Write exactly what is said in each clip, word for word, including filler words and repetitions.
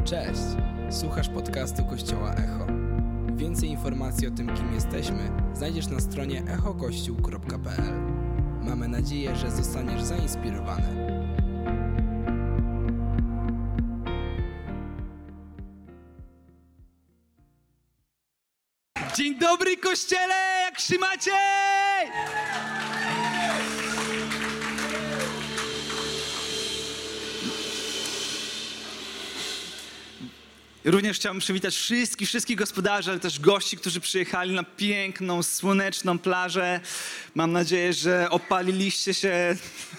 Cześć! Słuchasz podcastu Kościoła Echo. Więcej informacji o tym, kim jesteśmy, znajdziesz na stronie echo kościół kropka p l. Mamy nadzieję, że zostaniesz zainspirowany. Dzień dobry, Kościele! Jak się macie? Również chciałbym przywitać wszystkich, wszystkich gospodarzy, ale też gości, którzy przyjechali na piękną, słoneczną plażę. Mam nadzieję, że opaliliście się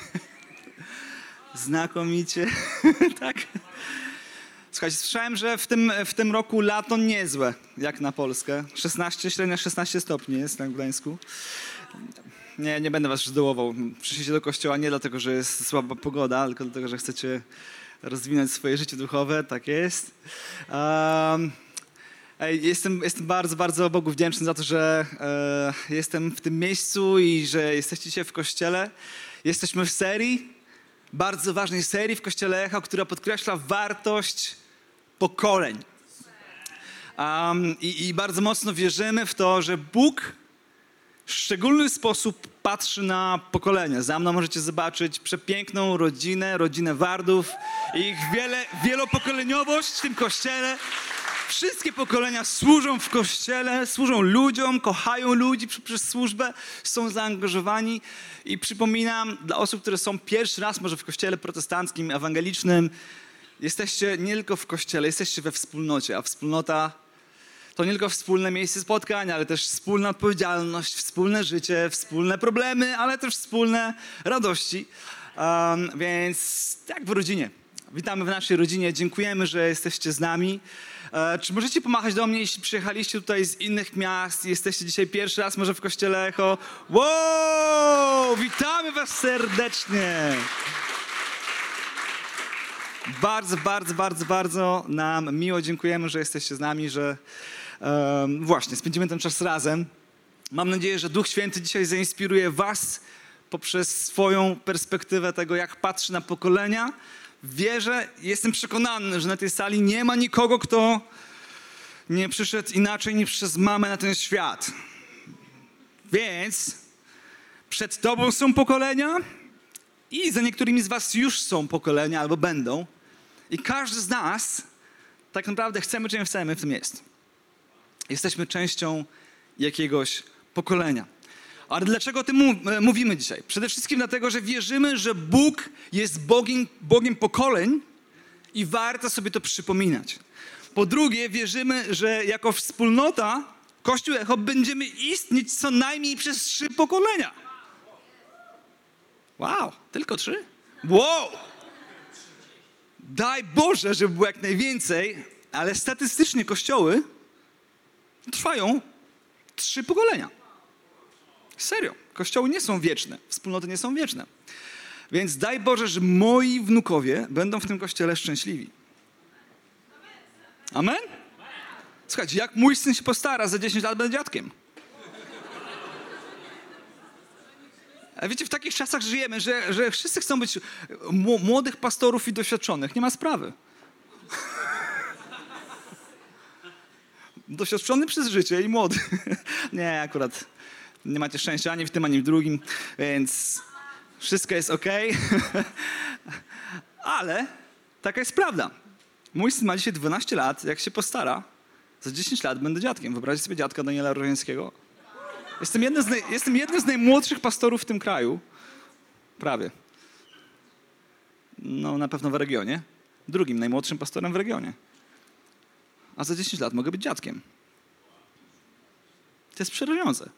znakomicie. Tak? Słuchajcie, słyszałem, że w tym, w tym roku lato niezłe, jak na Polskę. szesnaście, średnia szesnaście stopni jest na Gdańsku. Nie, nie będę was żdołował. Przyszliście do kościoła nie dlatego, że jest słaba pogoda, tylko dlatego, że chcecie rozwinąć swoje życie duchowe. Tak jest. Um, ej, jestem, jestem bardzo, bardzo Bogu wdzięczny za to, że e, jestem w tym miejscu i że jesteście dzisiaj w kościele. Jesteśmy w serii, bardzo ważnej serii w Kościele Echo, która podkreśla wartość pokoleń. Um, i, I bardzo mocno wierzymy w to, że Bóg w szczególny sposób patrzy na pokolenia. Za mną możecie zobaczyć przepiękną rodzinę, rodzinę Wardów i ich wiele, wielopokoleniowość w tym kościele. Wszystkie pokolenia służą w kościele, służą ludziom, kochają ludzi przez służbę, są zaangażowani. I przypominam dla osób, które są pierwszy raz może w kościele protestanckim, ewangelicznym, jesteście nie tylko w kościele, jesteście we wspólnocie, a wspólnota to nie tylko wspólne miejsce spotkań, ale też wspólna odpowiedzialność, wspólne życie, wspólne problemy, ale też wspólne radości. Um, więc jak w rodzinie. Witamy w naszej rodzinie, dziękujemy, że jesteście z nami. E, czy możecie pomachać do mnie, jeśli przyjechaliście tutaj z innych miast i jesteście dzisiaj pierwszy raz może w Kościele Echo? Wow! Witamy was serdecznie! Bardzo, bardzo, bardzo, bardzo nam miło. Dziękujemy, że jesteście z nami, że um, właśnie spędzimy ten czas razem. Mam nadzieję, że Duch Święty dzisiaj zainspiruje was poprzez swoją perspektywę tego, jak patrzy na pokolenia. Wierzę, jestem przekonany, że na tej sali nie ma nikogo, kto nie przyszedł inaczej niż przez mamę na ten świat. Więc przed tobą są pokolenia i za niektórymi z was już są pokolenia albo będą. I każdy z nas tak naprawdę chcemy czy nie chcemy, w tym jest. Jesteśmy częścią jakiegoś pokolenia. Ale dlaczego o tym mówimy dzisiaj? Przede wszystkim dlatego, że wierzymy, że Bóg jest Bogiem, Bogiem pokoleń i warto sobie to przypominać. Po drugie, wierzymy, że jako wspólnota Kościół Echo będziemy istnieć co najmniej przez trzy pokolenia. Wow, tylko trzy? Wow! Daj Boże, żeby było jak najwięcej, ale statystycznie kościoły trwają trzy pokolenia. Serio, kościoły nie są wieczne, wspólnoty nie są wieczne. Więc daj Boże, że moi wnukowie będą w tym kościele szczęśliwi. Amen? Słuchajcie, jak mój syn się postara, za dziesięć lat będę dziadkiem. A wiecie, w takich czasach żyjemy, że, że wszyscy chcą być młodych pastorów i doświadczonych. Nie ma sprawy. Doświadczony przez życie i młody. Nie, akurat nie macie szczęścia ani w tym, ani w drugim, więc wszystko jest okej. Ale taka jest prawda. Mój syn ma dzisiaj dwanaście lat, jak się postara, za dziesięć lat będę dziadkiem. Wyobraźcie sobie dziadka Daniela Różańskiego. Jestem jednym, z naj, jestem jednym z najmłodszych pastorów w tym kraju. Prawie. No na pewno w regionie. Drugim najmłodszym pastorem w regionie. A za dziesięć lat mogę być dziadkiem. To jest przerażające.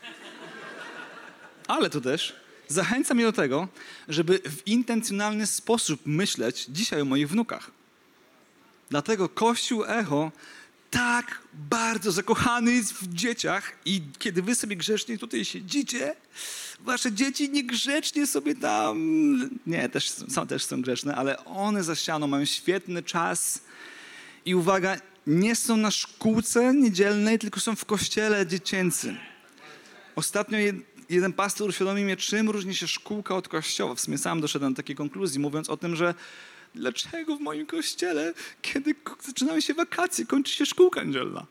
Ale to też zachęca mnie do tego, żeby w intencjonalny sposób myśleć dzisiaj o moich wnukach. Dlatego Kościół Echo tak bardzo zakochany jest w dzieciach i kiedy wy sobie grzecznie tutaj siedzicie, wasze dzieci niegrzecznie sobie tam... Nie, też są, też są grzeczne, ale one za ścianą mają świetny czas i uwaga, nie są na szkółce niedzielnej, tylko są w kościele dziecięcym. Ostatnio jed, jeden pastor uświadomił mnie, czym różni się szkółka od kościoła. W sumie sam doszedłem do takiej konkluzji, mówiąc o tym, że dlaczego w moim kościele, kiedy zaczynają się wakacje, kończy się szkółka niedzielna?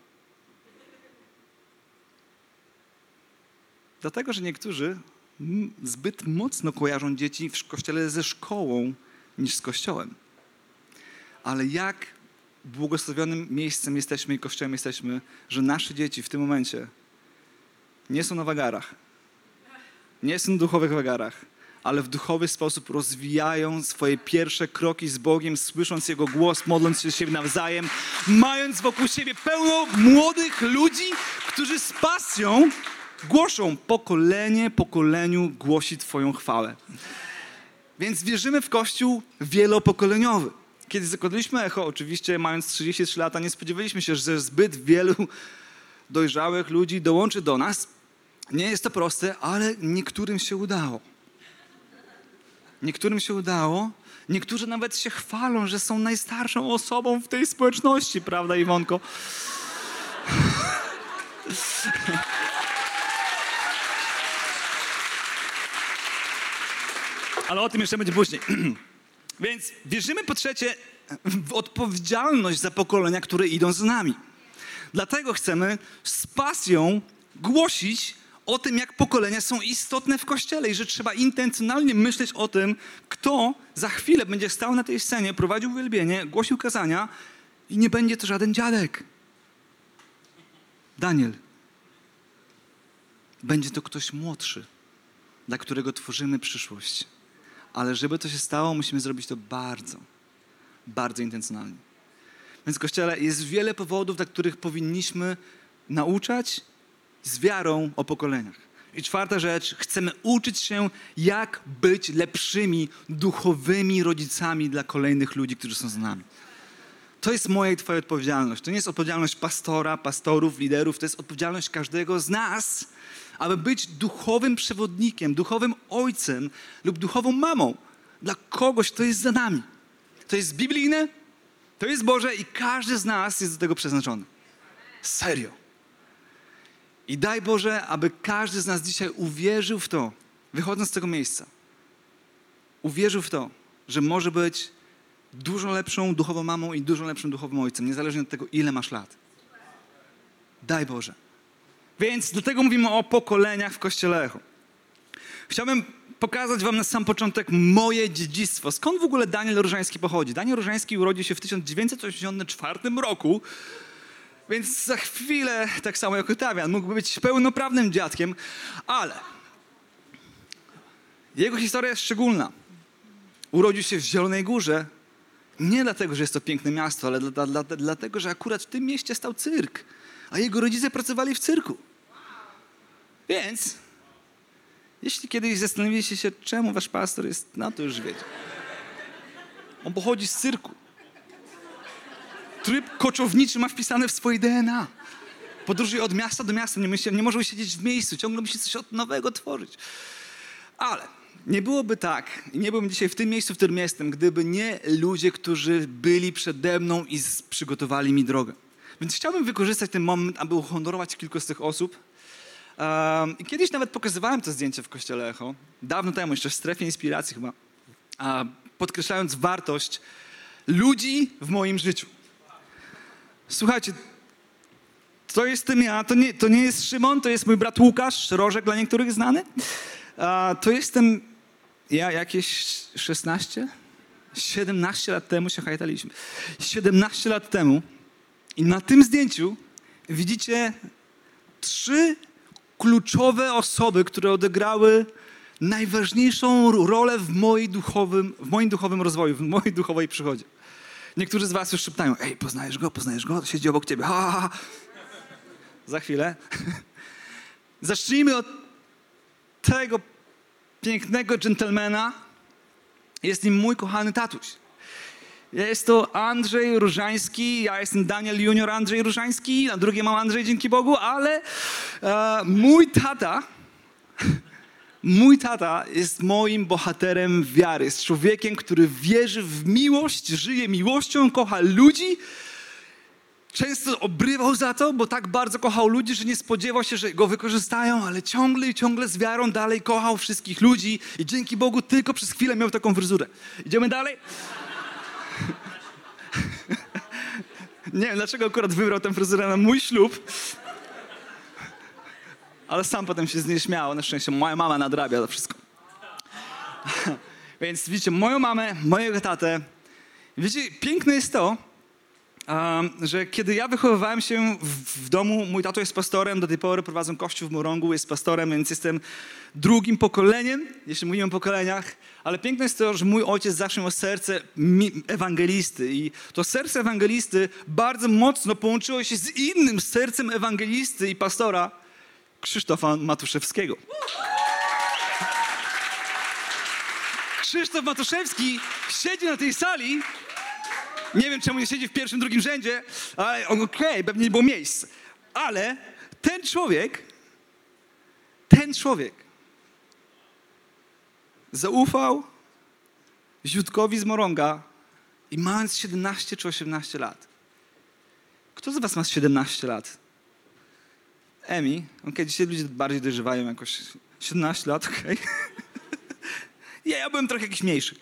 Dlatego, że niektórzy zbyt mocno kojarzą dzieci w kościele ze szkołą niż z kościołem. Ale jak błogosławionym miejscem jesteśmy i kościołem jesteśmy, że nasze dzieci w tym momencie nie są na wagarach, nie są na duchowych wagarach, ale w duchowy sposób rozwijają swoje pierwsze kroki z Bogiem, słysząc Jego głos, modląc się siebie nawzajem, mając wokół siebie pełno młodych ludzi, którzy z pasją głoszą, pokolenie pokoleniu głosi Twoją chwałę. Więc wierzymy w Kościół wielopokoleniowy. Kiedy zakładaliśmy Echo, oczywiście mając trzydzieści trzy lata, nie spodziewaliśmy się, że zbyt wielu dojrzałych ludzi dołączy do nas. Nie jest to proste, ale niektórym się udało. Niektórym się udało. Niektórzy nawet się chwalą, że są najstarszą osobą w tej społeczności, prawda, Iwonko? Ale o tym jeszcze będzie później. Więc wierzymy po trzecie w odpowiedzialność za pokolenia, które idą z nami. Dlatego chcemy z pasją głosić o tym, jak pokolenia są istotne w Kościele i że trzeba intencjonalnie myśleć o tym, kto za chwilę będzie stał na tej scenie, prowadził uwielbienie, głosił kazania i nie będzie to żaden dziadek. Daniel. Będzie to ktoś młodszy, dla którego tworzymy przyszłość. Ale żeby to się stało, musimy zrobić to bardzo, bardzo intencjonalnie. Więc w Kościele jest wiele powodów, dla których powinniśmy nauczać z wiarą o pokoleniach. I czwarta rzecz, chcemy uczyć się, jak być lepszymi, duchowymi rodzicami dla kolejnych ludzi, którzy są z nami. To jest moja i Twoja odpowiedzialność. To nie jest odpowiedzialność pastora, pastorów, liderów, to jest odpowiedzialność każdego z nas, aby być duchowym przewodnikiem, duchowym ojcem lub duchową mamą dla kogoś, kto jest za nami. To jest biblijne, to jest Boże i każdy z nas jest do tego przeznaczony. Serio. I daj Boże, aby każdy z nas dzisiaj uwierzył w to, wychodząc z tego miejsca, uwierzył w to, że może być dużo lepszą duchową mamą i dużo lepszym duchowym ojcem, niezależnie od tego, ile masz lat. Daj Boże. Więc dlatego mówimy o pokoleniach w Kościele Echo. Chciałbym pokazać wam na sam początek moje dziedzictwo. Skąd w ogóle Daniel Różański pochodzi? Daniel Różański urodził się w tysiąc dziewięćset osiemdziesiątym czwartym roku, więc za chwilę, tak samo jak Otawian, mógłby być pełnoprawnym dziadkiem, ale jego historia jest szczególna. Urodził się w Zielonej Górze, nie dlatego, że jest to piękne miasto, ale dla, dla, dla, dlatego, że akurat w tym mieście stał cyrk, a jego rodzice pracowali w cyrku. Więc, jeśli kiedyś zastanowiliście się, czemu wasz pastor jest, no to już wiecie. On pochodzi z cyrku. Tryb koczowniczy ma wpisane w swoje D N A. Podróżuje od miasta do miasta, nie, myśli, nie może siedzieć w miejscu, ciągle musi coś nowego tworzyć. Ale nie byłoby tak i nie byłbym dzisiaj w tym miejscu, w którym jestem, gdyby nie ludzie, którzy byli przede mną i przygotowali mi drogę. Więc chciałbym wykorzystać ten moment, aby uhonorować kilku z tych osób. Um, I kiedyś nawet pokazywałem to zdjęcie w Kościele Echo, dawno temu, jeszcze w strefie inspiracji chyba, uh, podkreślając wartość ludzi w moim życiu. Słuchajcie, to jestem ja, to nie, to nie jest Szymon, to jest mój brat Łukasz, Rożek dla niektórych znany. Uh, to jestem ja jakieś szesnaście, siedemnaście lat temu się hajtaliśmy. siedemnaście lat temu i na tym zdjęciu widzicie trzy kluczowe osoby, które odegrały najważniejszą rolę w, mojej duchowym, w moim duchowym rozwoju, w mojej duchowej przychodzie. Niektórzy z was już szeptają, ej, poznajesz go, poznajesz go, siedzi obok ciebie. Ha, ha, ha. Za chwilę. Zacznijmy od tego pięknego dżentelmena. Jest nim mój kochany tatuś. Jest to Andrzej Różański, ja jestem Daniel Junior Andrzej Różański, na drugie mam Andrzej, dzięki Bogu, ale e, mój tata, mój tata jest moim bohaterem wiary. Jest człowiekiem, który wierzy w miłość, żyje miłością, kocha ludzi. Często obrywał za to, bo tak bardzo kochał ludzi, że nie spodziewał się, że go wykorzystają, ale ciągle i ciągle z wiarą dalej kochał wszystkich ludzi i dzięki Bogu tylko przez chwilę miał taką fryzurę. Idziemy dalej? Nie wiem, dlaczego akurat wybrał tę fryzurę na mój ślub. Ale sam potem się z niej śmiał. Na szczęście moja mama nadrabia to wszystko. Więc widzicie, moją mamę, mojego tatę. Wiecie, piękne jest to, um, że kiedy ja wychowywałem się w, w domu, mój tato jest pastorem, do tej pory prowadzę kościół w Morągu, jest pastorem, więc jestem drugim pokoleniem, jeśli mówimy o pokoleniach. Ale piękne jest to, że mój ojciec zawsze miał serce ewangelisty i to serce ewangelisty bardzo mocno połączyło się z innym sercem ewangelisty i pastora, Krzysztofa Matuszewskiego. Krzysztof Matuszewski siedzi na tej sali. Nie wiem, czemu nie siedzi w pierwszym, drugim rzędzie, ale okej, okay, pewnie nie było miejsc. Ale ten człowiek, ten człowiek zaufał Ziutkowi z Morąga i mając siedemnaście czy osiemnaście lat. Kto z was ma siedemnaście lat? Emi, okej, okay, dzisiaj ludzie bardziej dojrzewają jakoś. siedemnaście lat, okej. Okay. Ja, ja byłem trochę jakiś mniejszy.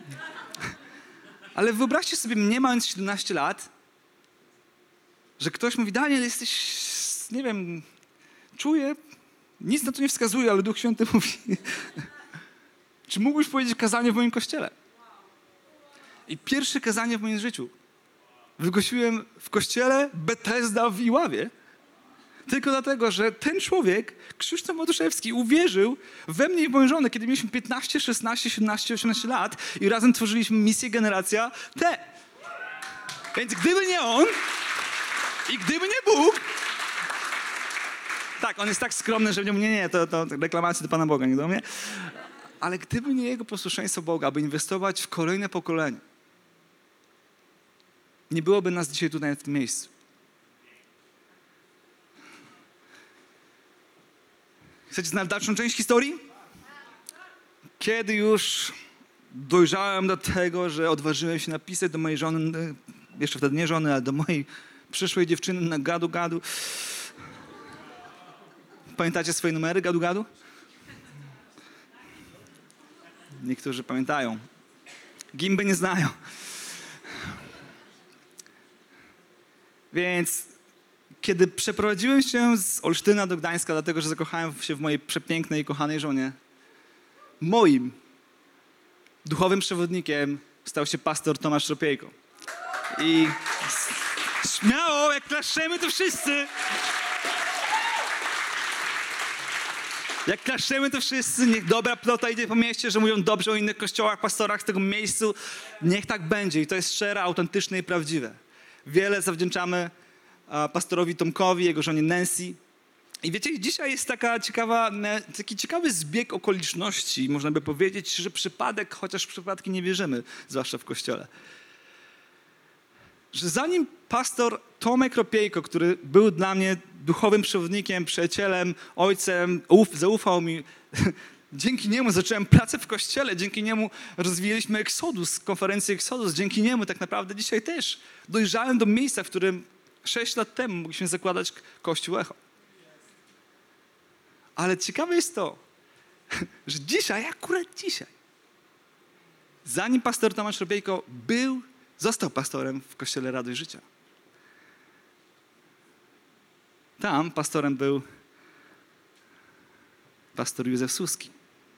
Ale wyobraźcie sobie mnie, mając siedemnaście lat, że ktoś mówi, Daniel, jesteś, nie wiem, czuję, nic na to nie wskazuje, ale Duch Święty mówi, czy mógłbyś powiedzieć kazanie w moim kościele? I pierwsze kazanie w moim życiu wygłosiłem w kościele Bethesda w Iławie. Tylko dlatego, że ten człowiek, Krzysztof Matuszewski, uwierzył we mnie i moją żonę, kiedy mieliśmy piętnaście, szesnaście, siedemnaście, osiemnaście lat i razem tworzyliśmy misję Generacja T. Więc gdyby nie on i gdyby nie Bóg, tak, on jest tak skromny, że nie, nie, to, to reklamacje do Pana Boga, nie do mnie, ale gdyby nie jego posłuszeństwo Boga, aby inwestować w kolejne pokolenie, nie byłoby nas dzisiaj tutaj w tym miejscu. Chcecie znać dalszą część historii? Kiedy już dojrzałem do tego, że odważyłem się napisać do mojej żony, jeszcze wtedy nie żony, ale do mojej przyszłej dziewczyny na gadu gadu. Pamiętacie swoje numery gadu gadu? Niektórzy pamiętają. Gimby nie znają. Więc kiedy przeprowadziłem się z Olsztyna do Gdańska, dlatego że zakochałem się w mojej przepięknej i kochanej żonie, moim duchowym przewodnikiem stał się pastor Tomasz Ropiejko. I śmiało, jak klaszczemy, to wszyscy. Jak klaszczemy, to wszyscy. Niech dobra plota idzie po mieście, że mówią dobrze o innych kościołach, pastorach w tym miejscu. Niech tak będzie. I to jest szczere, autentyczne i prawdziwe. Wiele zawdzięczamy pastorowi Tomkowi, jego żonie Nancy. I wiecie, dzisiaj jest taka ciekawa, taki ciekawy zbieg okoliczności, można by powiedzieć, że przypadek, chociaż w przypadki nie wierzymy, zwłaszcza w Kościele. Że zanim pastor Tomek Ropiejko, który był dla mnie duchowym przewodnikiem, przyjacielem, ojcem, uf, zaufał mi, dzięki niemu zacząłem pracę w Kościele, dzięki niemu rozwijaliśmy Exodus, konferencję Exodus, dzięki niemu tak naprawdę dzisiaj też dojrzałem do miejsca, w którym sześć lat temu mogliśmy zakładać Kościół Echo. Ale ciekawe jest to, że dzisiaj, akurat dzisiaj, zanim pastor Tomasz Ropiejko był, został pastorem w Kościele Radość Życia. Tam pastorem był pastor Józef Suski.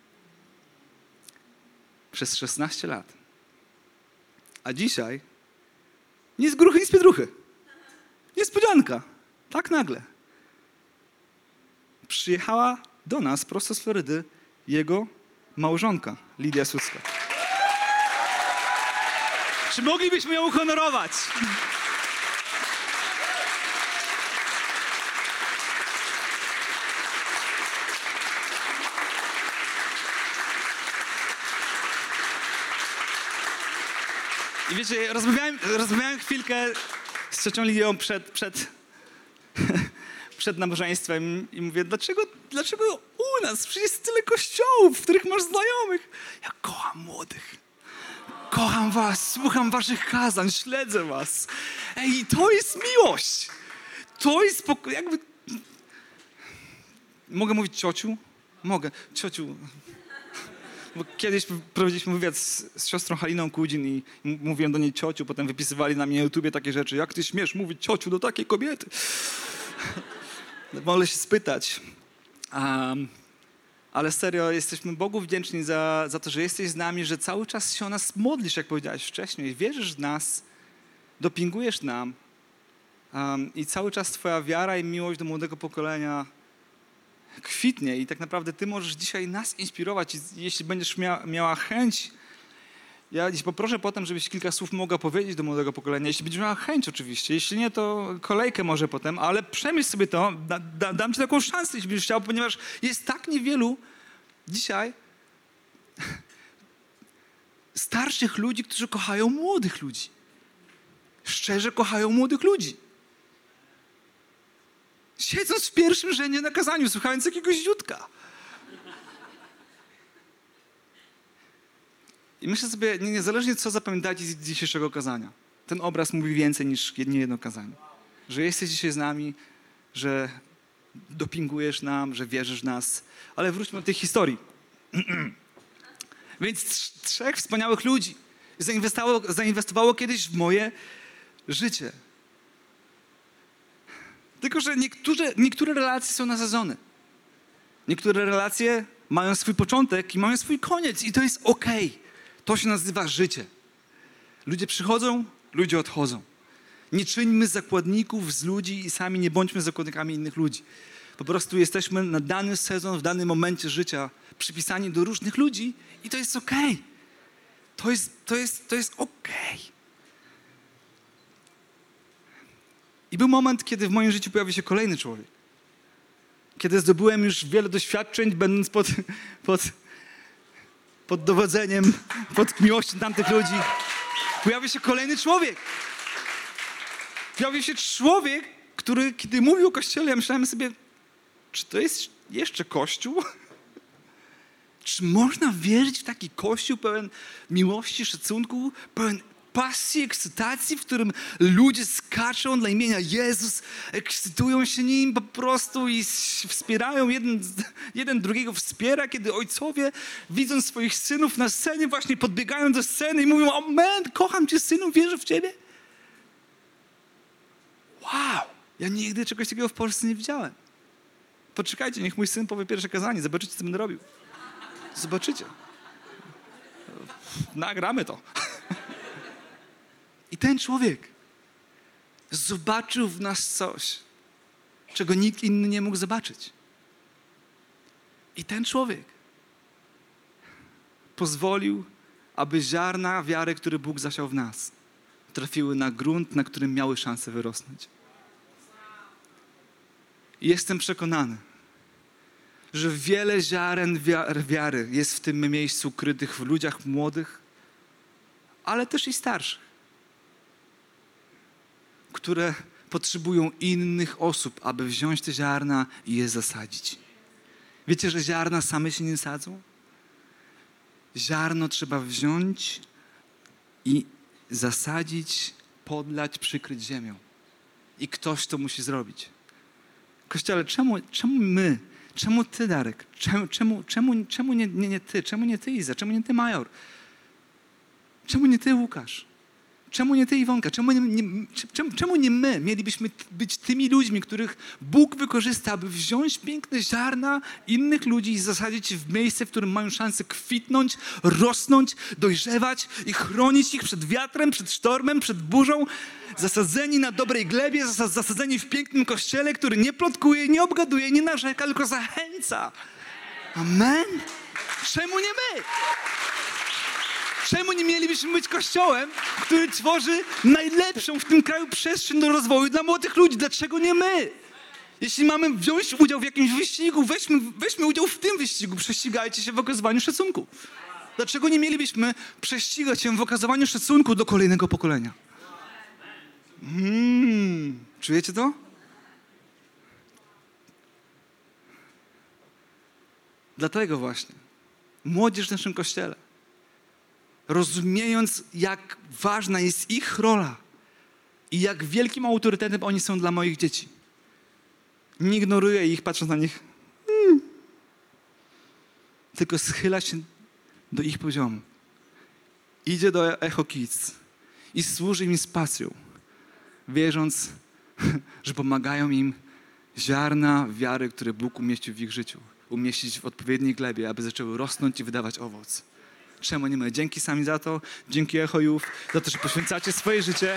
Przez szesnaście lat. A dzisiaj nie z gruchy, nie z pietruchy. Niespodzianka. Tak nagle. Przyjechała do nas prosto z Florydy jego małżonka, Lidia Suska. Czy moglibyśmy ją uhonorować? I wiecie, rozmawiałem, rozmawiałem chwilkę z ciocią Lidią przed, przed, przed nabożeństwem i mówię, dlaczego, dlaczego u nas? Przecież jest tyle kościołów, w których masz znajomych. Ja kocham młodych. Kocham was, słucham waszych kazań, śledzę was. Ej, to jest miłość. To jest poko- jakby... Mogę mówić ciociu? Mogę. Ciociu. Bo kiedyś prowadziliśmy wywiad z, z siostrą Haliną Kudzin i m- mówiłem do niej ciociu, potem wypisywali na mnie na YouTubie takie rzeczy. Jak ty śmiesz mówić ciociu do takiej kobiety? Wolę się spytać. Um, ale serio, jesteśmy Bogu wdzięczni za, za to, że jesteś z nami, że cały czas się o nas modlisz, jak powiedziałeś wcześniej. Wierzysz w nas, dopingujesz nam um, i cały czas twoja wiara i miłość do młodego pokolenia kwitnie i tak naprawdę ty możesz dzisiaj nas inspirować. I jeśli będziesz mia- miała chęć, ja dziś poproszę potem, żebyś kilka słów mogła powiedzieć do młodego pokolenia. Jeśli będziesz miała chęć oczywiście, jeśli nie, to kolejkę może potem, ale przemyśl sobie to, da, da, dam ci taką szansę, jeśli będziesz chciał, ponieważ jest tak niewielu dzisiaj starszych ludzi, którzy kochają młodych ludzi. Szczerze kochają młodych ludzi. Siedząc w pierwszym rzędzie na kazaniu, słuchając jakiegoś ziutka. I myślę sobie, nie, niezależnie co zapamiętacie z dzisiejszego kazania, ten obraz mówi więcej niż nie jedno kazanie. Że jesteś dzisiaj z nami, że dopingujesz nam, że wierzysz w nas. Ale wróćmy do tej historii. Więc trz- trzech wspaniałych ludzi zainwestowało, zainwestowało kiedyś w moje życie. Tylko że niektóre, niektóre relacje są na sezony. Niektóre relacje mają swój początek i mają swój koniec i to jest okej. To się nazywa życie. Ludzie przychodzą, ludzie odchodzą. Nie czyńmy zakładników z ludzi i sami nie bądźmy zakładnikami innych ludzi. Po prostu jesteśmy na dany sezon, w danym momencie życia przypisani do różnych ludzi i to jest okej. To jest, to jest, to jest okej. I był moment, kiedy w moim życiu pojawił się kolejny człowiek. Kiedy zdobyłem już wiele doświadczeń, będąc pod, pod, pod dowodzeniem, pod miłością tamtych ludzi, pojawił się kolejny człowiek. Pojawił się człowiek, który, kiedy mówił o Kościele, ja myślałem sobie, czy to jest jeszcze Kościół? Czy można wierzyć w taki Kościół pełen miłości, szacunku, pełen pasji, ekscytacji, w którym ludzie skaczą dla imienia Jezus, ekscytują się Nim po prostu i wspierają, jeden, jeden drugiego wspiera, kiedy ojcowie, widząc swoich synów na scenie, właśnie podbiegają do sceny i mówią: amen, kocham Cię, synu, wierzę w Ciebie. Wow, ja nigdy czegoś takiego w Polsce nie widziałem. Poczekajcie, niech mój syn powie pierwsze kazanie, zobaczycie, co będę robił. Zobaczycie. Nagramy to. I ten człowiek zobaczył w nas coś, czego nikt inny nie mógł zobaczyć. I ten człowiek pozwolił, aby ziarna wiary, które Bóg zasiał w nas, trafiły na grunt, na którym miały szansę wyrosnąć. I jestem przekonany, że wiele ziaren wiary jest w tym miejscu ukrytych w ludziach młodych, ale też i starszych, które potrzebują innych osób, aby wziąć te ziarna i je zasadzić. Wiecie, że ziarna same się nie sadzą? Ziarno trzeba wziąć i zasadzić, podlać, przykryć ziemią. I ktoś to musi zrobić. Kościele, czemu, czemu my, czemu ty, Darek? Czemu, czemu, czemu, czemu nie, nie, nie ty? Czemu nie ty, Iza? Czemu nie ty, Major? Czemu nie ty, Łukasz? Czemu nie ty, Iwonka? Czemu nie, nie, czemu, czemu nie my mielibyśmy być tymi ludźmi, których Bóg wykorzysta, aby wziąć piękne ziarna innych ludzi i zasadzić je w miejsce, w którym mają szansę kwitnąć, rosnąć, dojrzewać i chronić ich przed wiatrem, przed sztormem, przed burzą, zasadzeni na dobrej glebie, zasadzeni w pięknym kościele, który nie plotkuje, nie obgaduje, nie narzeka, tylko zachęca. Amen? Czemu nie my? Czemu nie mielibyśmy być kościołem, który tworzy najlepszą w tym kraju przestrzeń do rozwoju dla młodych ludzi? Dlaczego nie my? Jeśli mamy wziąć udział w jakimś wyścigu, weźmy, weźmy udział w tym wyścigu. Prześcigajcie się w okazywaniu szacunku. Dlaczego nie mielibyśmy prześcigać się w okazywaniu szacunku do kolejnego pokolenia? Hmm, czujecie to? Dlatego właśnie młodzież w naszym kościele, rozumiejąc, jak ważna jest ich rola i jak wielkim autorytetem oni są dla moich dzieci, nie ignoruję ich, patrząc na nich, hmm. tylko schyla się do ich poziomu. Idzie do Echo Kids i służy im z pasją, wierząc, że pomagają im ziarna wiary, które Bóg umieścił w ich życiu, umieścić w odpowiedniej glebie, aby zaczęły rosnąć i wydawać owoc. Czemu nie my? Dzięki sami za to, dzięki Echo Youth, za to, że poświęcacie swoje życie.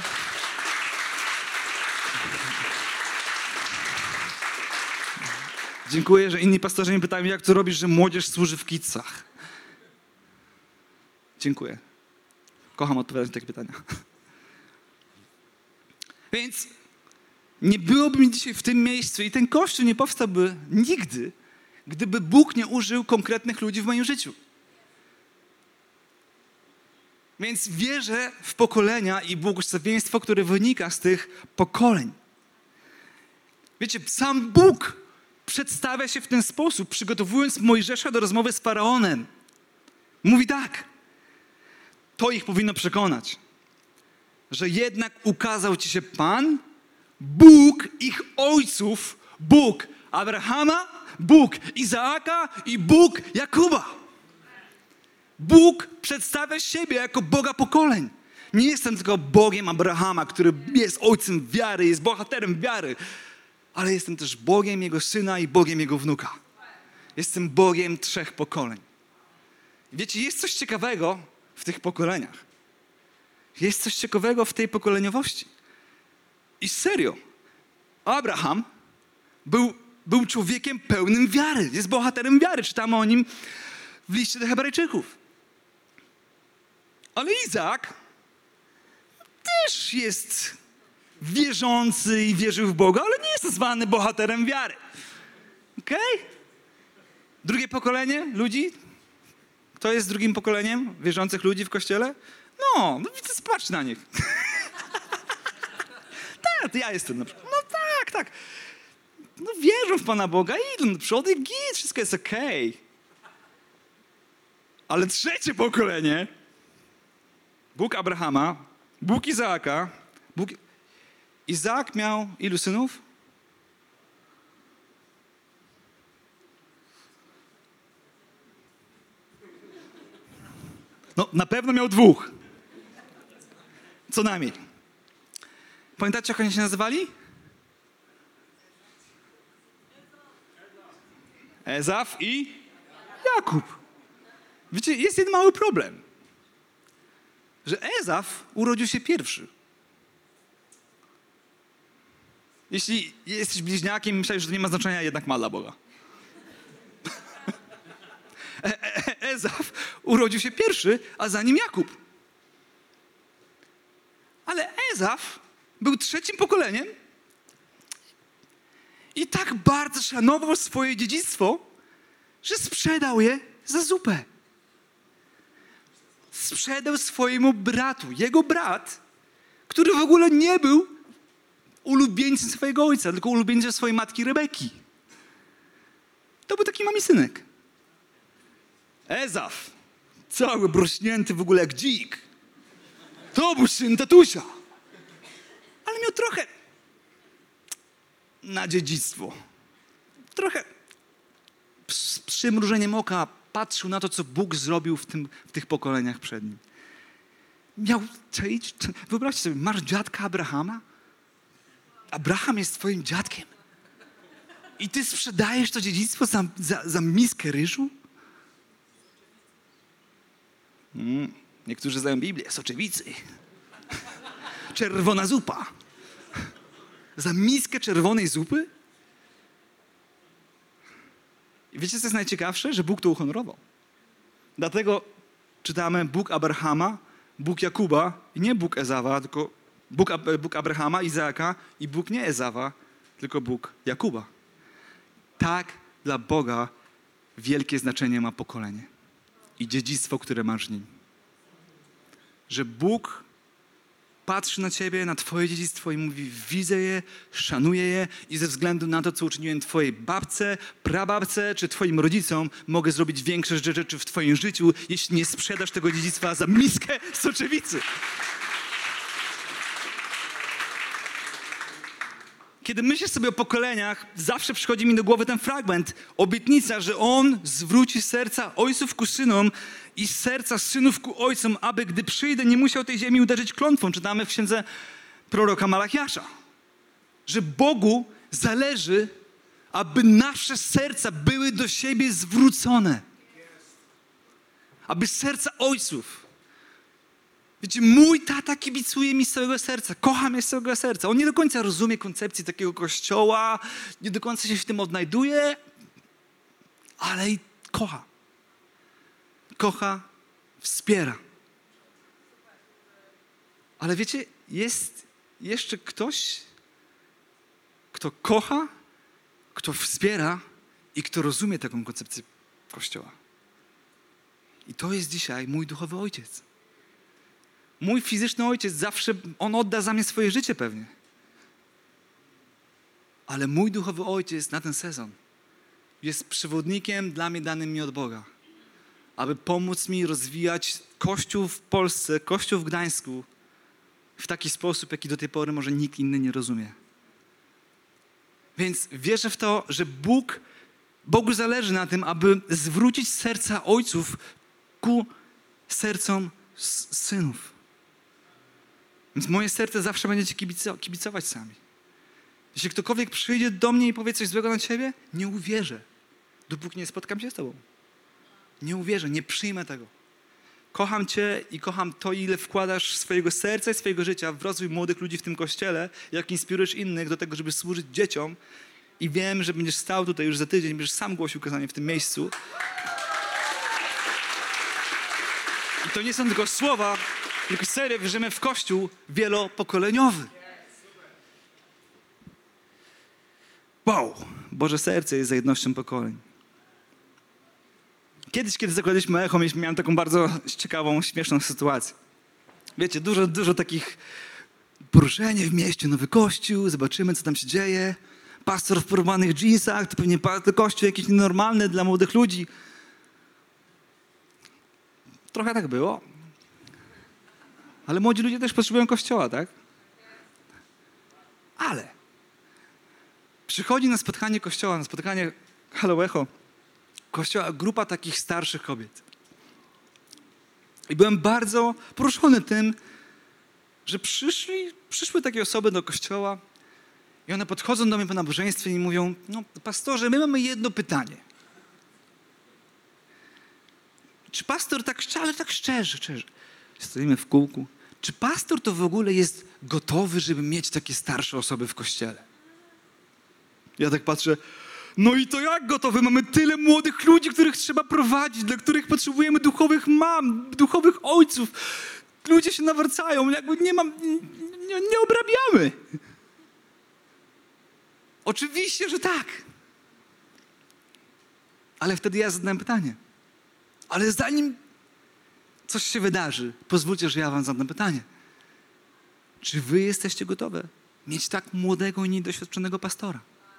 Dziękuję, że inni pastorzy mnie pytają, jak to robisz, że młodzież służy w kidsach. Dziękuję. Kocham odpowiadać na takie pytania. Więc nie byłoby mi dzisiaj w tym miejscu i ten kościół nie powstałby nigdy, gdyby Bóg nie użył konkretnych ludzi w moim życiu. Więc wierzę w pokolenia i błogosławieństwo, które wynika z tych pokoleń. Wiecie, sam Bóg przedstawia się w ten sposób, przygotowując Mojżesza do rozmowy z Faraonem. Mówi tak. To ich powinno przekonać, że jednak ukazał ci się Pan, Bóg ich ojców, Bóg Abrahama, Bóg Izaaka i Bóg Jakuba. Bóg przedstawia siebie jako Boga pokoleń. Nie jestem tylko Bogiem Abrahama, który jest ojcem wiary, jest bohaterem wiary, ale jestem też Bogiem Jego syna i Bogiem Jego wnuka. Jestem Bogiem trzech pokoleń. Wiecie, jest coś ciekawego w tych pokoleniach. Jest coś ciekawego w tej pokoleniowości. I serio, Abraham był, był człowiekiem pełnym wiary. Jest bohaterem wiary. Czytamy o nim w liście do Hebrajczyków. Ale Izaak też jest wierzący i wierzył w Boga, ale nie jest nazwany bohaterem wiary. Okej? Okay? Drugie pokolenie ludzi? Kto jest drugim pokoleniem wierzących ludzi w Kościele? No, no spacz na nich. Tak, to ja jestem na przykład. No tak, tak. No wierzą w Pana Boga, idą do przodu i git, wszystko jest okej. Okay. Ale trzecie pokolenie, Bóg Abrahama, Bóg Izaaka, Bóg... Izaak miał ilu synów? No, na pewno miał dwóch. Co najmniej. Pamiętacie, jak oni się nazywali? Ezaf i Jakub. Wiecie, jest jeden mały problem. Że Ezaf urodził się pierwszy. Jeśli jesteś bliźniakiem i myślisz, że to nie ma znaczenia, jednak ma dla Boga. E- e- Ezaf urodził się pierwszy, a za nim Jakub. Ale Ezaf był trzecim pokoleniem i tak bardzo szanował swoje dziedzictwo, że sprzedał je za zupę. Sprzedał swojemu bratu. Jego brat, który w ogóle nie był ulubieńcem swojego ojca, tylko ulubieńcem swojej matki Rebeki. To był taki mamisynek. Ezaf, cały brośnięty w ogóle jak dzik. To był syn tatusia. Ale miał trochę na dziedzictwo. Trochę z przymrużeniem oka patrzył na to, co Bóg zrobił w, tym, w tych pokoleniach przed nim. Miał, wyobraźcie sobie, masz dziadka Abrahama? Abraham jest twoim dziadkiem. I ty sprzedajesz to dziedzictwo za, za, za miskę ryżu? Mm, niektórzy znają Biblię, soczewicy. Czerwona zupa. Za miskę czerwonej zupy? I wiecie, co jest najciekawsze? Że Bóg to uhonorował. Dlatego czytamy Bóg Abrahama, Bóg Jakuba i nie Bóg Ezawa, tylko Bóg, Bóg Abrahama, Izaaka i Bóg nie Ezawa, tylko Bóg Jakuba. Tak dla Boga wielkie znaczenie ma pokolenie i dziedzictwo, które masz w nim. Że Bóg patrzy na ciebie, na twoje dziedzictwo i mówi, widzę je, szanuję je i ze względu na to, co uczyniłem twojej babce, prababce czy twoim rodzicom, mogę zrobić większe rzeczy w twoim życiu, jeśli nie sprzedasz tego dziedzictwa za miskę soczewicy. Kiedy myślę sobie o pokoleniach, zawsze przychodzi mi do głowy ten fragment. Obietnica, że On zwróci serca ojców ku synom i serca synów ku ojcom, aby gdy przyjdę, nie musiał tej ziemi uderzyć klątwą. Czytamy w księdze proroka Malachiasza, że Bogu zależy, aby nasze serca były do siebie zwrócone. Aby serca ojców. Wiecie, mój tata kibicuje mi z całego serca. Kocha mnie z całego serca. On nie do końca rozumie koncepcji takiego kościoła, nie do końca się w tym odnajduje, ale i kocha. Kocha, wspiera. Ale wiecie, jest jeszcze ktoś, kto kocha, kto wspiera i kto rozumie taką koncepcję Kościoła. I to jest dzisiaj mój duchowy ojciec. Mój fizyczny ojciec zawsze, on odda za mnie swoje życie pewnie. Ale mój duchowy ojciec na ten sezon jest przewodnikiem dla mnie danym mi od Boga. Aby pomóc mi rozwijać Kościół w Polsce, Kościół w Gdańsku w taki sposób, jaki do tej pory może nikt inny nie rozumie. Więc wierzę w to, że Bóg, Bogu zależy na tym, aby zwrócić serca ojców ku sercom synów. Więc moje serce zawsze będziecie kibicować sami. Jeśli ktokolwiek przyjdzie do mnie i powie coś złego na ciebie, nie uwierzę, dopóki nie spotkam się z tobą. Nie uwierzę, nie przyjmę tego. Kocham cię i kocham to, ile wkładasz swojego serca i swojego życia w rozwój młodych ludzi w tym kościele, jak inspirujesz innych do tego, żeby służyć dzieciom. I wiem, że będziesz stał tutaj już za tydzień, będziesz sam głosił kazanie w tym miejscu. I to nie są tylko słowa, tylko serio wierzymy w Kościół wielopokoleniowy. Wow! Boże serce jest za jednością pokoleń. Kiedyś, kiedy zakładaliśmy Echo, miałem taką bardzo ciekawą, śmieszną sytuację. Wiecie, dużo, dużo takich poruszeń w mieście, nowy kościół, zobaczymy, co tam się dzieje. Pastor w porwanych dżinsach, to pewnie kościół jakiś nienormalny dla młodych ludzi. Trochę tak było. Ale młodzi ludzie też potrzebują kościoła, tak? Ale przychodzi na spotkanie kościoła, na spotkanie Halo Echo, kościoła, grupa takich starszych kobiet. I byłem bardzo poruszony tym, że przyszli, przyszły takie osoby do kościoła i one podchodzą do mnie po nabożeństwie i mówią, no pastorze, my mamy jedno pytanie. Czy pastor tak, ale tak szczerze, szczerze, stoimy w kółku, czy pastor to w ogóle jest gotowy, żeby mieć takie starsze osoby w kościele? Ja tak patrzę, no i to jak gotowy? Mamy tyle młodych ludzi, których trzeba prowadzić, dla których potrzebujemy duchowych mam, duchowych ojców. Ludzie się nawracają, jakby nie mam, nie, nie obrabiamy. Oczywiście, że tak. Ale wtedy ja zadałem pytanie. Ale zanim coś się wydarzy, pozwólcie, że ja wam zadam pytanie. Czy wy jesteście gotowe mieć tak młodego i niedoświadczonego pastora?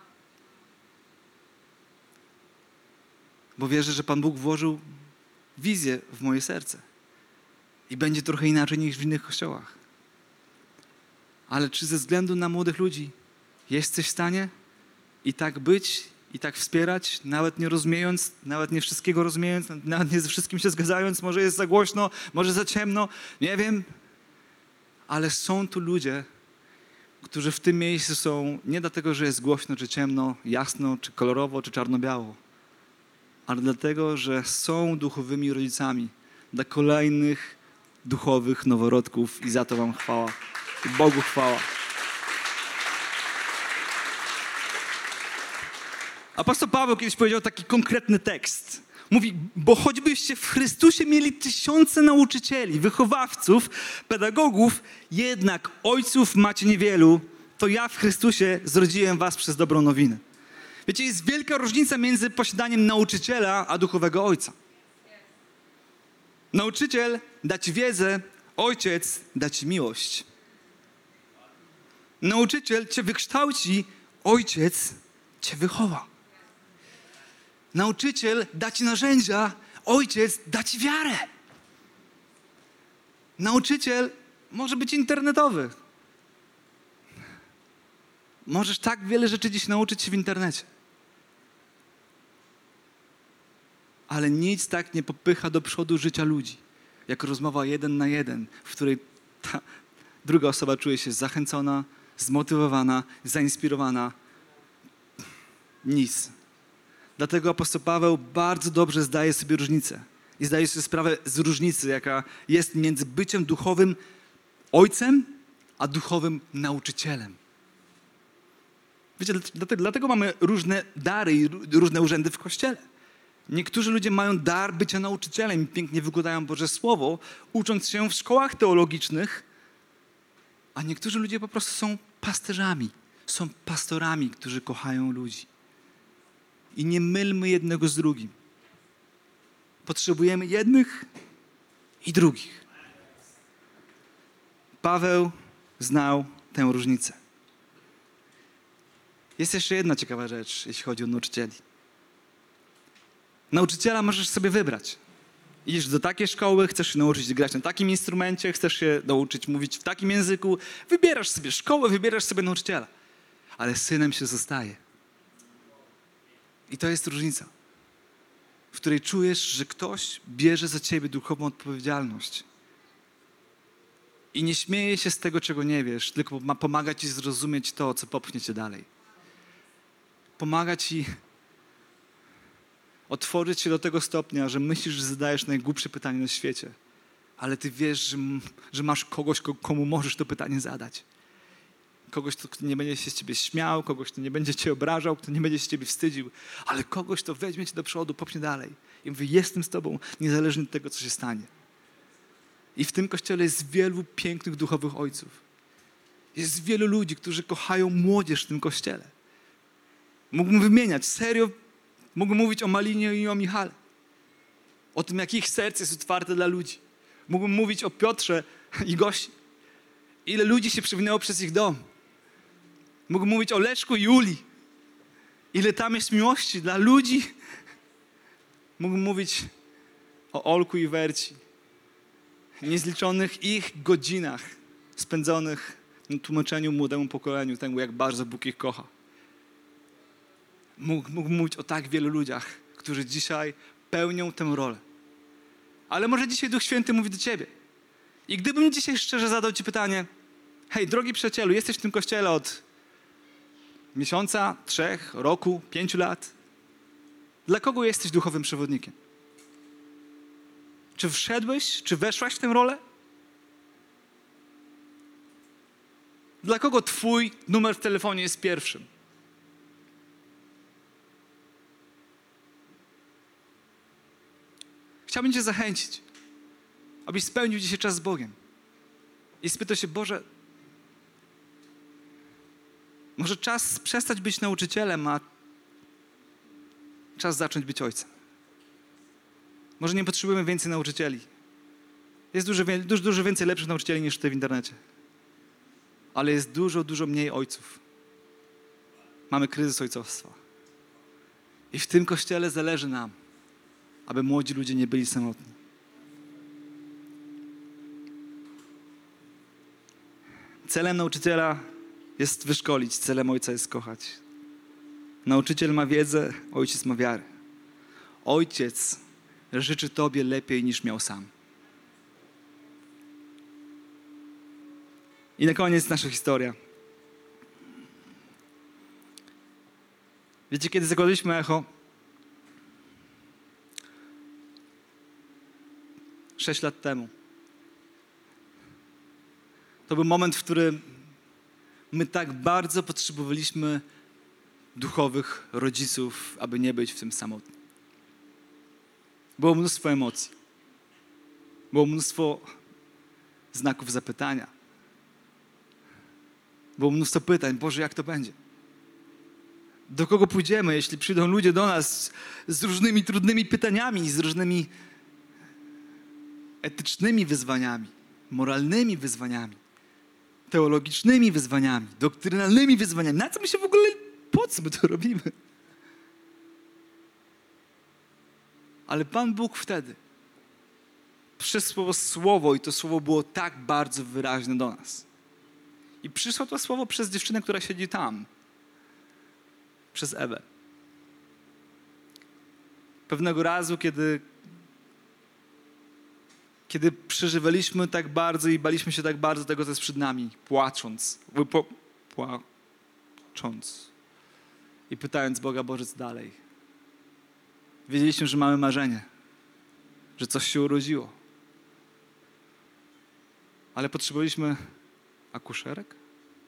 Bo wierzę, że Pan Bóg włożył wizję w moje serce. I będzie trochę inaczej niż w innych kościołach. Ale czy ze względu na młodych ludzi jesteś w stanie i tak być, i tak wspierać, nawet nie rozumiejąc, nawet nie wszystkiego rozumiejąc, nawet nie ze wszystkim się zgadzając, może jest za głośno, może za ciemno, nie wiem. Ale są tu ludzie, którzy w tym miejscu są nie dlatego, że jest głośno, czy ciemno, jasno, czy kolorowo, czy czarno-biało, ale dlatego, że są duchowymi rodzicami dla kolejnych duchowych noworodków i za to wam chwała. I Bogu chwała. Apostoł Paweł kiedyś powiedział taki konkretny tekst. Mówi, bo choćbyście w Chrystusie mieli tysiące nauczycieli, wychowawców, pedagogów, jednak ojców macie niewielu, to ja w Chrystusie zrodziłem was przez dobrą nowinę. Wiecie, jest wielka różnica między posiadaniem nauczyciela a duchowego ojca. Nauczyciel da ci wiedzę, ojciec da ci miłość. Nauczyciel cię wykształci, ojciec cię wychowa. Nauczyciel da ci narzędzia, ojciec da ci wiarę. Nauczyciel może być internetowy. Możesz tak wiele rzeczy dziś nauczyć się w internecie. Ale nic tak nie popycha do przodu życia ludzi, jak rozmowa jeden na jeden, w której ta druga osoba czuje się zachęcona, zmotywowana, zainspirowana. Nic. Dlatego apostoł Paweł bardzo dobrze zdaje sobie różnicę. I zdaje sobie sprawę z różnicy, jaka jest między byciem duchowym ojcem, a duchowym nauczycielem. Wiecie, dlatego, dlatego mamy różne dary i różne urzędy w Kościele. Niektórzy ludzie mają dar bycia nauczycielem i pięknie wykładają Boże Słowo, ucząc się w szkołach teologicznych, a niektórzy ludzie po prostu są pasterzami, są pastorami, którzy kochają ludzi. I nie mylmy jednego z drugim. Potrzebujemy jednych i drugich. Paweł znał tę różnicę. Jest jeszcze jedna ciekawa rzecz, jeśli chodzi o nauczycieli. Nauczyciela możesz sobie wybrać. Idziesz do takiej szkoły, chcesz się nauczyć grać na takim instrumencie, chcesz się nauczyć mówić w takim języku. Wybierasz sobie szkołę, wybierasz sobie nauczyciela. Ale synem się zostaje. I to jest różnica, w której czujesz, że ktoś bierze za ciebie duchową odpowiedzialność. I nie śmieje się z tego, czego nie wiesz, tylko ma pomaga ci zrozumieć to, co popchnie cię dalej. Pomaga ci otworzyć się do tego stopnia, że myślisz, że zadajesz najgłupsze pytanie na świecie, ale ty wiesz, że, że masz kogoś, komu możesz to pytanie zadać. Kogoś, kto nie będzie się z ciebie śmiał, kogoś, kto nie będzie cię obrażał, kto nie będzie się ciebie wstydził, ale kogoś, kto weźmie cię do przodu, popchnie dalej. I mówi, jestem z tobą, niezależnie od tego, co się stanie. I w tym Kościele jest wielu pięknych duchowych ojców. Jest wielu ludzi, którzy kochają młodzież w tym Kościele. Mógłbym wymieniać, serio, mógłbym mówić o Malinie i o Michale. O tym, jak ich serce jest otwarte dla ludzi. Mógłbym mówić o Piotrze i Gosi. Ile ludzi się przewinęło przez ich dom. Mógłbym mówić o Leszku i Julii. Ile tam jest miłości dla ludzi. Mógłbym mówić o Olku i Werci. Niezliczonych ich godzinach spędzonych na tłumaczeniu młodemu pokoleniu temu, jak bardzo Bóg ich kocha. Mógł, mógł mówić o tak wielu ludziach, którzy dzisiaj pełnią tę rolę. Ale może dzisiaj Duch Święty mówi do ciebie. I gdybym dzisiaj szczerze zadał ci pytanie, hej, drogi przyjacielu, jesteś w tym Kościele od miesiąca, trzech, roku, pięciu lat. Dla kogo jesteś duchowym przewodnikiem? Czy wszedłeś, czy weszłaś w tę rolę? Dla kogo twój numer w telefonie jest pierwszym? Chciałbym cię zachęcić, abyś spełnił dzisiaj czas z Bogiem. I spytał się, Boże, może czas przestać być nauczycielem, a czas zacząć być ojcem. Może nie potrzebujemy więcej nauczycieli. Jest dużo, dużo, dużo więcej lepszych nauczycieli niż tutaj w internecie. Ale jest dużo, dużo mniej ojców. Mamy kryzys ojcostwa. I w tym Kościele zależy nam, aby młodzi ludzie nie byli samotni. Celem nauczyciela jest wyszkolić, celem ojca jest kochać. Nauczyciel ma wiedzę, ojciec ma wiarę. Ojciec życzy tobie lepiej niż miał sam. I na koniec nasza historia. Wiecie, kiedy zakładaliśmy Echo? Sześć lat temu. To był moment, w którym my tak bardzo potrzebowaliśmy duchowych rodziców, aby nie być w tym samotni. Było mnóstwo emocji. Było mnóstwo znaków zapytania. Było mnóstwo pytań. Boże, jak to będzie? Do kogo pójdziemy, jeśli przyjdą ludzie do nas z różnymi trudnymi pytaniami, z różnymi etycznymi wyzwaniami, moralnymi wyzwaniami, teologicznymi wyzwaniami, doktrynalnymi wyzwaniami. Na co my się w ogóle, po co my to robimy? Ale Pan Bóg wtedy przysłał słowo i to słowo było tak bardzo wyraźne do nas. I przysłał to słowo przez dziewczynę, która siedzi tam. Przez Ewę. pewnego razu, kiedy, kiedy przeżywaliśmy tak bardzo i baliśmy się tak bardzo tego, co jest przed nami, płacząc, po, płacząc i pytając Boga, Boże, co dalej? Wiedzieliśmy, że mamy marzenie, że coś się urodziło. Ale potrzebowaliśmy akuszerek?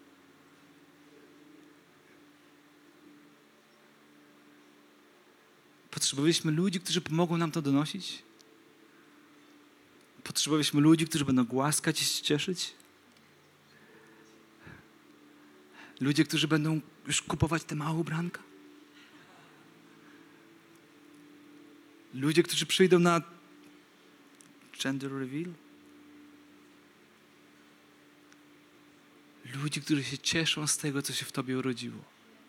Potrzebowaliśmy ludzi, którzy pomogą nam to donosić? Potrzebowaliśmy ludzi, którzy będą głaskać i się cieszyć? Ludzie, którzy będą już kupować te małe ubranka? Ludzie, którzy przyjdą na gender reveal? Ludzi, którzy się cieszą z tego, co się w tobie urodziło.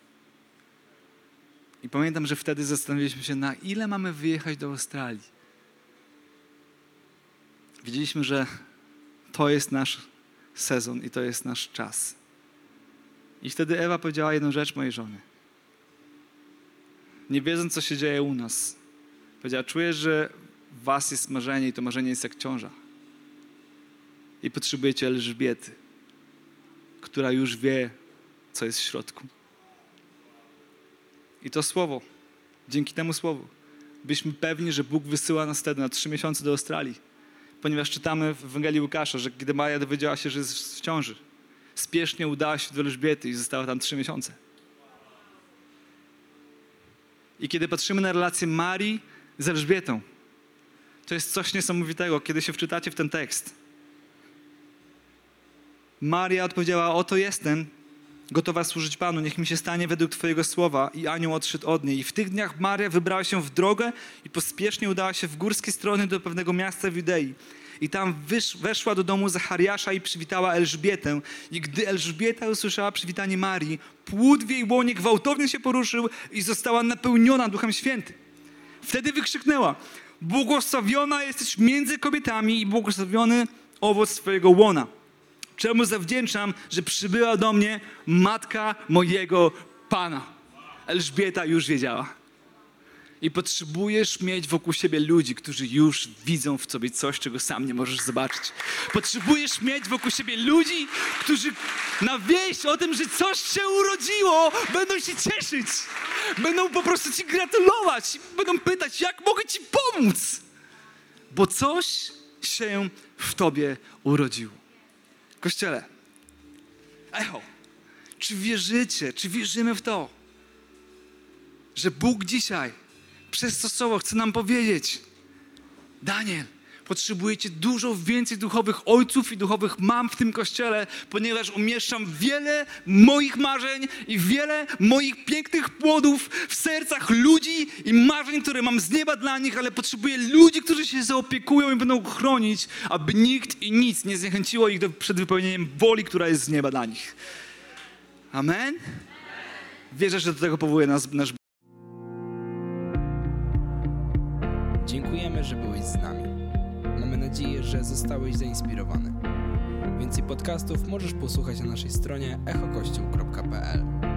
I pamiętam, że wtedy zastanowiliśmy się, na ile mamy wyjechać do Australii. Wiedzieliśmy, że to jest nasz sezon i to jest nasz czas. I wtedy Ewa powiedziała jedną rzecz mojej żony. Nie wiedząc, co się dzieje u nas, powiedziała, czuję, że w was jest marzenie i to marzenie jest jak ciąża. I potrzebujecie Elżbiety, która już wie, co jest w środku. I to słowo, dzięki temu słowu, byliśmy pewni, że Bóg wysyła nas wtedy na trzy miesiące do Australii. Ponieważ czytamy w Ewangelii Łukasza, że gdy Maria dowiedziała się, że jest w ciąży, spiesznie udała się do Elżbiety i została tam trzy miesiące. I kiedy patrzymy na relację Marii z Elżbietą, to jest coś niesamowitego, kiedy się wczytacie w ten tekst. Maria odpowiedziała, oto jestem, gotowa służyć Panu, niech mi się stanie według Twojego słowa. I anioł odszedł od niej. I w tych dniach Maria wybrała się w drogę i pospiesznie udała się w górskie strony do pewnego miasta w Judei. I tam wysz, weszła do domu Zachariasza i przywitała Elżbietę. I gdy Elżbieta usłyszała przywitanie Marii, płód w jej łonie gwałtownie się poruszył i została napełniona Duchem Świętym. Wtedy wykrzyknęła, błogosławiona jesteś między kobietami i błogosławiony owoc Twojego łona. Czemu zawdzięczam, że przybyła do mnie matka mojego Pana. Elżbieta już wiedziała. I potrzebujesz mieć wokół siebie ludzi, którzy już widzą w sobie coś, czego sam nie możesz zobaczyć. Potrzebujesz mieć wokół siebie ludzi, którzy na wieść o tym, że coś się urodziło, będą się cieszyć. Będą po prostu ci gratulować. Będą pytać, jak mogę ci pomóc. Bo coś się w tobie urodziło. Kościele, echo, czy wierzycie, czy wierzymy w to, że Bóg dzisiaj przez to słowo chce nam powiedzieć, Daniel, potrzebujecie dużo więcej duchowych ojców i duchowych mam w tym kościele, ponieważ umieszczam wiele moich marzeń i wiele moich pięknych płodów w sercach ludzi i marzeń, które mam z nieba dla nich, ale potrzebuję ludzi, którzy się zaopiekują i będą chronić, aby nikt i nic nie zniechęciło ich do, przed wypełnieniem woli, która jest z nieba dla nich. Amen? Wierzę, że do tego powołuje nas nasz Bóg. Dziękujemy, że byłeś z nami. Mamy nadzieję, że zostałeś zainspirowany. Więcej podcastów możesz posłuchać na naszej stronie echo kościół kropka p l.